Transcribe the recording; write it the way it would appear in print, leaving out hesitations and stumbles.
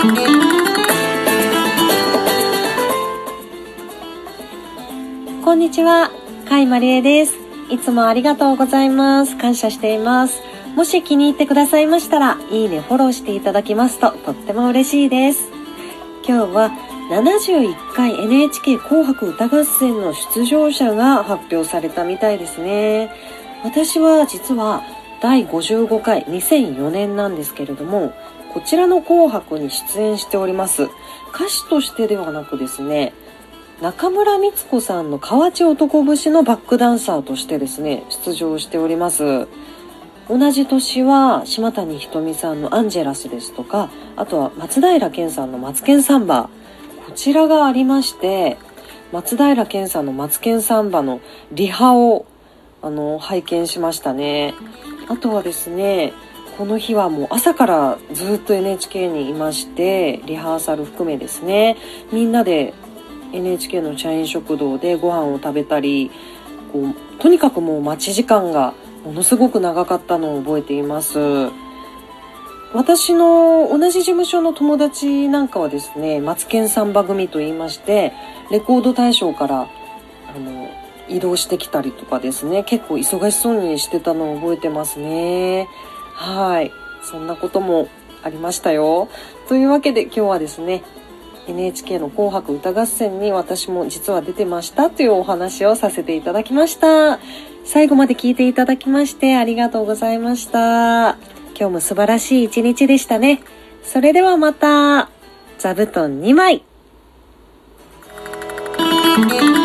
こんにちは、甲斐まりえです。いつもありがとうございます。感謝しています。もし気に入ってくださいましたら、いいね、フォローしていただきますととっても嬉しいです。今日は71回 NHK 紅白歌合戦の出場者が発表されたみたいですね。私は実は第55回2004年なんですけれども、こちらの紅白に出演しております。歌手としてではなくですね、中村美律子さんの河内男節のバックダンサーとしてですね、出場しております。同じ年は島谷ひとみさんのアンジェラスですとか、あとは松平健さんのマツケンサンバ、こちらがありまして、松平健さんのマツケンサンバのリハを拝見しましたね。あとはですね、この日はもう朝からずっと NHK にいまして、リハーサル含めですね、みんなで NHK の社員食堂でご飯を食べたり、とにかくもう待ち時間がものすごく長かったのを覚えています。私の同じ事務所の友達なんかはですね、マツケンサンバ組と言いまして、レコード大賞から移動してきたりとかですね、結構忙しそうにしてたのを覚えてますね。はい、そんなこともありましたよ。というわけで今日はですね、NHK の紅白歌合戦に私も実は出てましたというお話をさせていただきました。最後まで聞いていただきましてありがとうございました。今日も素晴らしい一日でしたね。それではまた。座布団2枚。